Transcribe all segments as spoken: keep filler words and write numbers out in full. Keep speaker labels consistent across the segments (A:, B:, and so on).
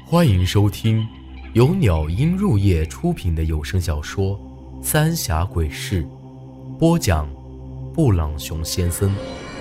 A: 欢迎收听由鸟音入夜出品的有声小说《三峡鬼事》，播讲布朗熊先生。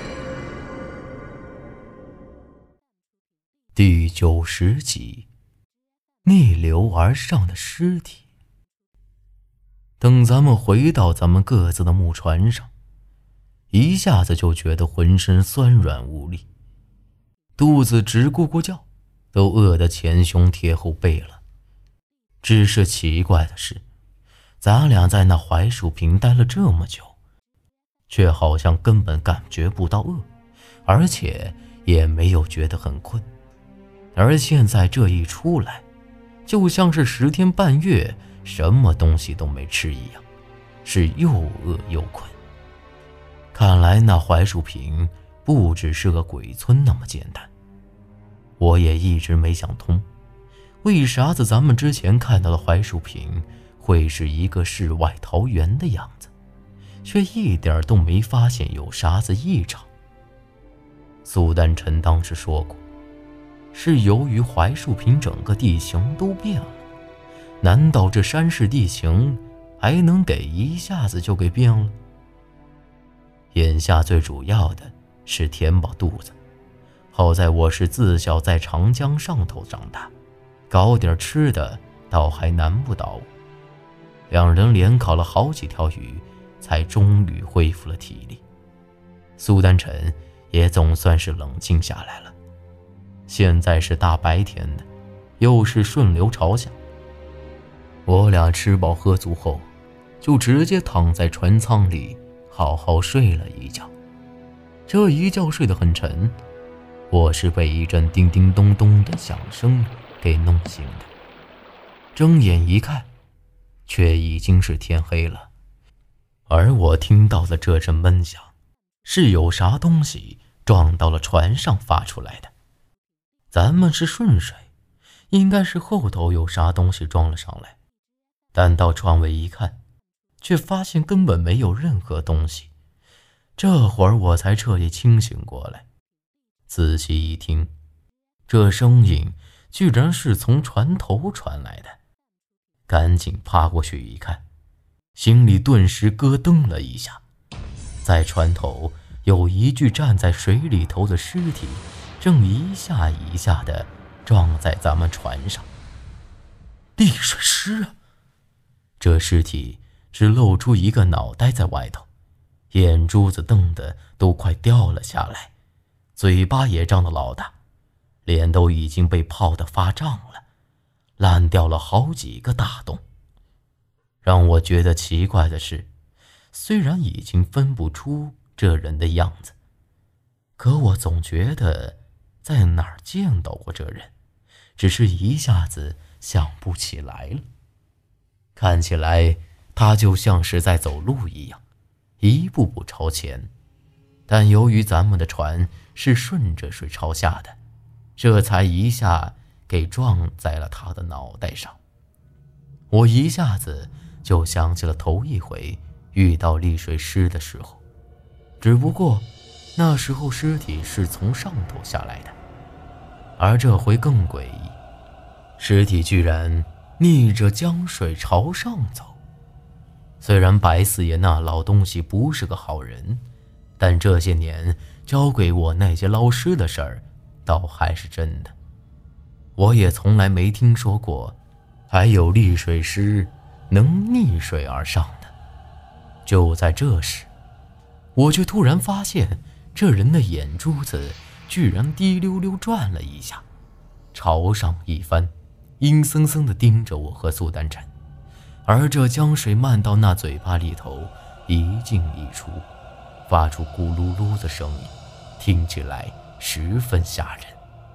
A: 第九十集，逆流而上的尸体。等咱们回到咱们各自的木船上，一下子就觉得浑身酸软无力，肚子直咕咕叫，都饿得前胸贴后背了。只是奇怪的是，咱俩在那槐树坪待了这么久，却好像根本感觉不到饿，而且也没有觉得很困。而现在这一出来，就像是十天半月什么东西都没吃一样，是又饿又困。看来那槐树坪不只是个鬼村那么简单。我也一直没想通，为啥子咱们之前看到的槐树坪会是一个世外桃源的样子，却一点都没发现有啥子异常。苏丹臣当时说过，是由于槐树坪整个地形都变了。难道这山势地形还能给一下子就给变了？眼下最主要的是填饱肚子。好在我是自小在长江上头长大，搞点吃的倒还难不倒我。两人连烤了好几条鱼，才终于恢复了体力。苏丹臣也总算是冷静下来了。现在是大白天的，又是顺流朝下。我俩吃饱喝足后，就直接躺在船舱里好好睡了一觉。这一觉睡得很沉，我是被一阵叮叮咚咚的响声给弄醒的。睁眼一看，却已经是天黑了。而我听到的这阵闷响，是有啥东西撞到了船上发出来的。咱们是顺水，应该是后头有啥东西撞了上来。但到船尾一看，却发现根本没有任何东西。这会儿我才彻底清醒过来。仔细一听，这声音居然是从船头传来的。赶紧趴过去一看，心里顿时咯噔了一下。在船头有一具站在水里头的尸体，正一下一下地撞在咱们船上。溺水尸啊！这尸体只露出一个脑袋在外头，眼珠子瞪得都快掉了下来，嘴巴也张得老大，脸都已经被泡得发胀了，烂掉了好几个大洞。让我觉得奇怪的是，虽然已经分不出这人的样子，可我总觉得在哪儿见到过这人，只是一下子想不起来了。看起来他就像是在走路一样，一步步朝前。但由于咱们的船是顺着水朝下的，这才一下给撞在了他的脑袋上。我一下子就想起了头一回遇到溺水尸的时候，只不过那时候尸体是从上头下来的，而这回更诡异，尸体居然逆着江水朝上走。虽然白四爷那老东西不是个好人，但这些年教给我那些捞尸的事儿倒还是真的。我也从来没听说过还有溺水尸能逆水而上的。就在这时，我却突然发现这人的眼珠子居然滴溜溜转了一下，朝上一翻，阴森森地盯着我和苏丹臣。而这江水漫到那嘴巴里头，一进一出，发出咕噜噜的声音，听起来十分吓人。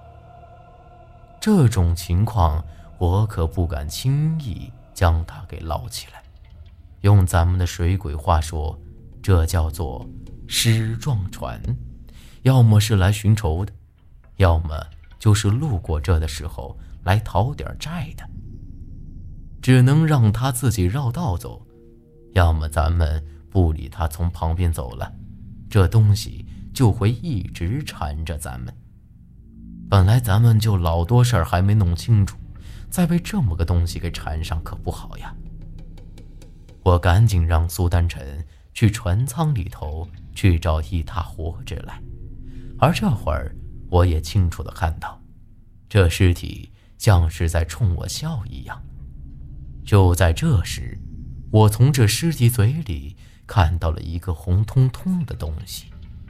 A: 这种情况我可不敢轻易将它给捞起来，用咱们的水鬼话说，这叫做尸撞船。要么是来寻仇的，要么就是路过这的时候来讨点债的。只能让他自己绕道走，要么咱们不理他从旁边走了，这东西就会一直缠着咱们。本来咱们就老多事儿还没弄清楚， 再被这么个东西给缠上可不好呀。我赶紧让苏丹晨去船舱里头去找一沓活纸来，而这会儿我也清楚地看到，这尸体像是在冲我笑一样。就在这时，我从这尸体嘴里看到了一个红彤彤的东西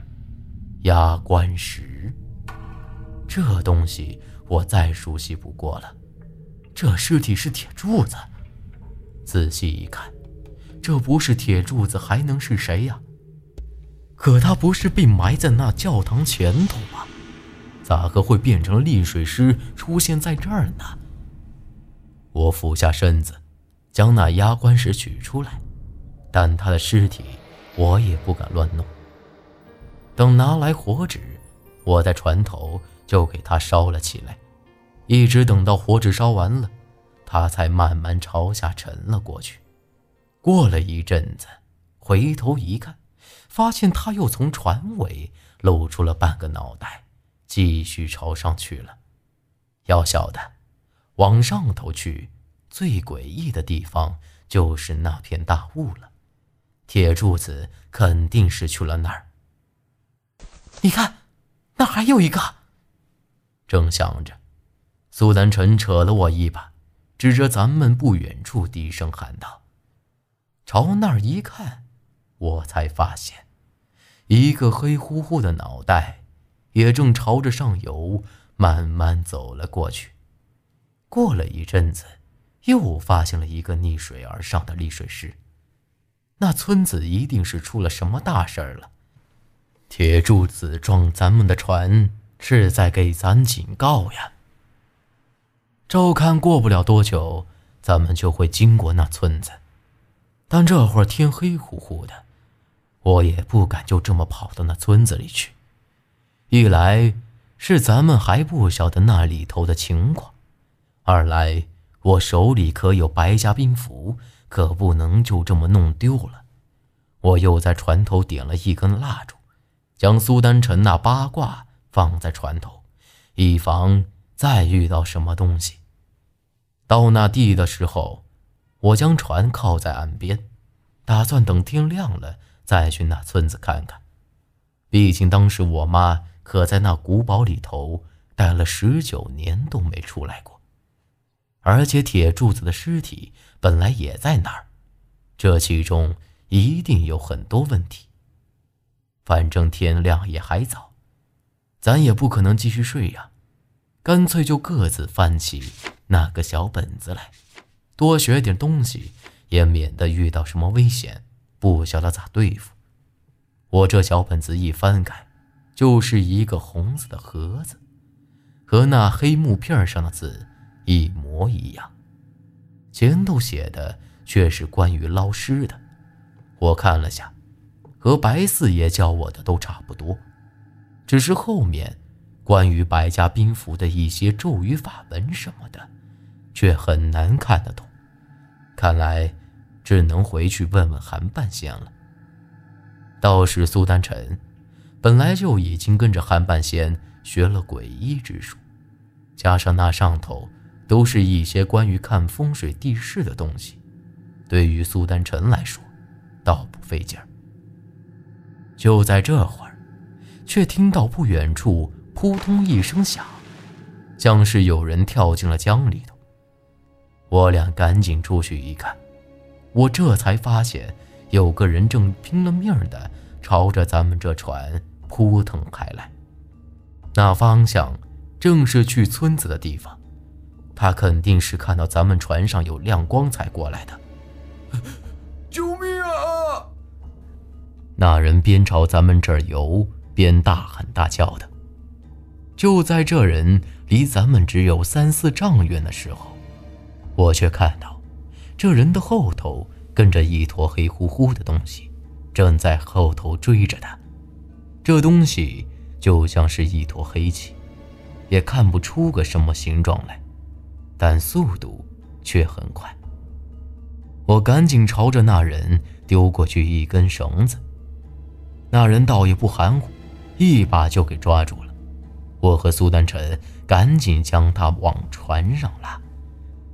A: ——压棺石。这东西我再熟悉不过了，这尸体是铁柱子。仔细一看，这不是铁柱子还能是谁呀？可他不是被埋在那教堂前头吗？咋个会变成溺水尸出现在这儿呢？我俯下身子，将那压棺石取出来，但他的尸体我也不敢乱弄。等拿来火纸，我在船头就给他烧了起来，一直等到火纸烧完了，他才慢慢朝下沉了过去。过了一阵子，回头一看，发现他又从船尾露出了半个脑袋，继续朝上去了。要晓得，往上头去，最诡异的地方就是那片大雾了。铁柱子肯定是去了那儿。你看，那还有一个。正想着，苏丹晨扯了我一把，指着咱们不远处低声喊道。朝那儿一看，我才发现，一个黑乎乎的脑袋也正朝着上游慢慢走了过去。过了一阵子，又发现了一个逆水而上的溺水尸。那村子一定是出了什么大事儿了。铁柱子撞咱们的船，是在给咱警告呀。照看过不了多久，咱们就会经过那村子。但这会儿天黑乎乎的，我也不敢就这么跑到那村子里去。一来是咱们还不晓得那里头的情况，二来我手里可有白家兵符，可不能就这么弄丢了。我又在船头点了一根蜡烛，将苏丹晨那八卦放在船头，以防再遇到什么东西。到那地的时候，我将船靠在岸边，打算等天亮了再去那村子看看。毕竟当时我妈可在那古堡里头待了十九年都没出来过，而且铁柱子的尸体本来也在那儿，这其中一定有很多问题。反正天亮也还早，咱也不可能继续睡呀，干脆就各自翻起那个小本子来，多学点东西，也免得遇到什么危险，不晓得咋对付。我这小本子一翻开，就是一个红色的盒子，和那黑木片上的字一模一样。前头写的却是关于捞尸的，我看了下，和白四爷教我的都差不多，只是后面关于白家兵符的一些咒语法文什么的，却很难看得懂。看来只能回去问问韩半仙了。道士苏丹晨本来就已经跟着韩半仙学了诡异之术，加上那上头都是一些关于看风水地势的东西，对于苏丹晨来说倒不费劲儿。就在这会儿，却听到不远处扑通一声响，像是有人跳进了江里头。我俩赶紧出去一看，我这才发现有个人正拼了命的朝着咱们这船扑腾开来，那方向正是去村子的地方。他肯定是看到咱们船上有亮光才过来的。
B: 救命啊！
A: 那人边朝咱们这儿游，边大喊大叫的。就在这人离咱们只有三四丈远的时候，我却看到这人的后头跟着一坨黑乎乎的东西，正在后头追着他。这东西就像是一坨黑气，也看不出个什么形状来，但速度却很快。我赶紧朝着那人丢过去一根绳子，那人倒也不含糊，一把就给抓住了。我和苏丹晨赶紧将他往船上拉，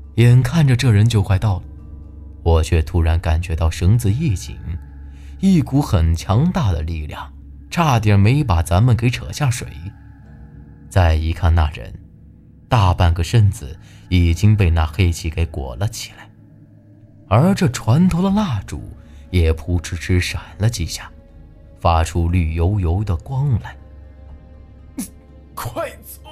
A: 眼看着这人就快到了，我却突然感觉到绳子一紧，一股很强大的力量差点没把咱们给扯下水。再一看那人，大半个身子已经被那黑气给裹了起来，而这船头的蜡烛也扑哧哧闪了几下，发出绿油油的光来。
B: 快走！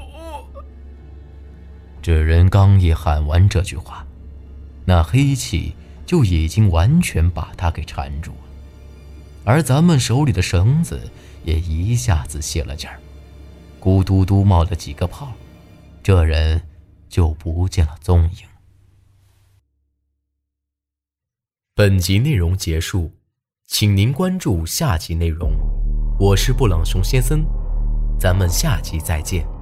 A: 这人刚一喊完这句话，那黑气就已经完全把他给缠住了，而咱们手里的绳子也一下子泄了劲儿，咕嘟嘟冒了几个泡，这人就不见了踪影。本集内容结束，请您关注下集内容。我是布朗熊先生，咱们下集再见。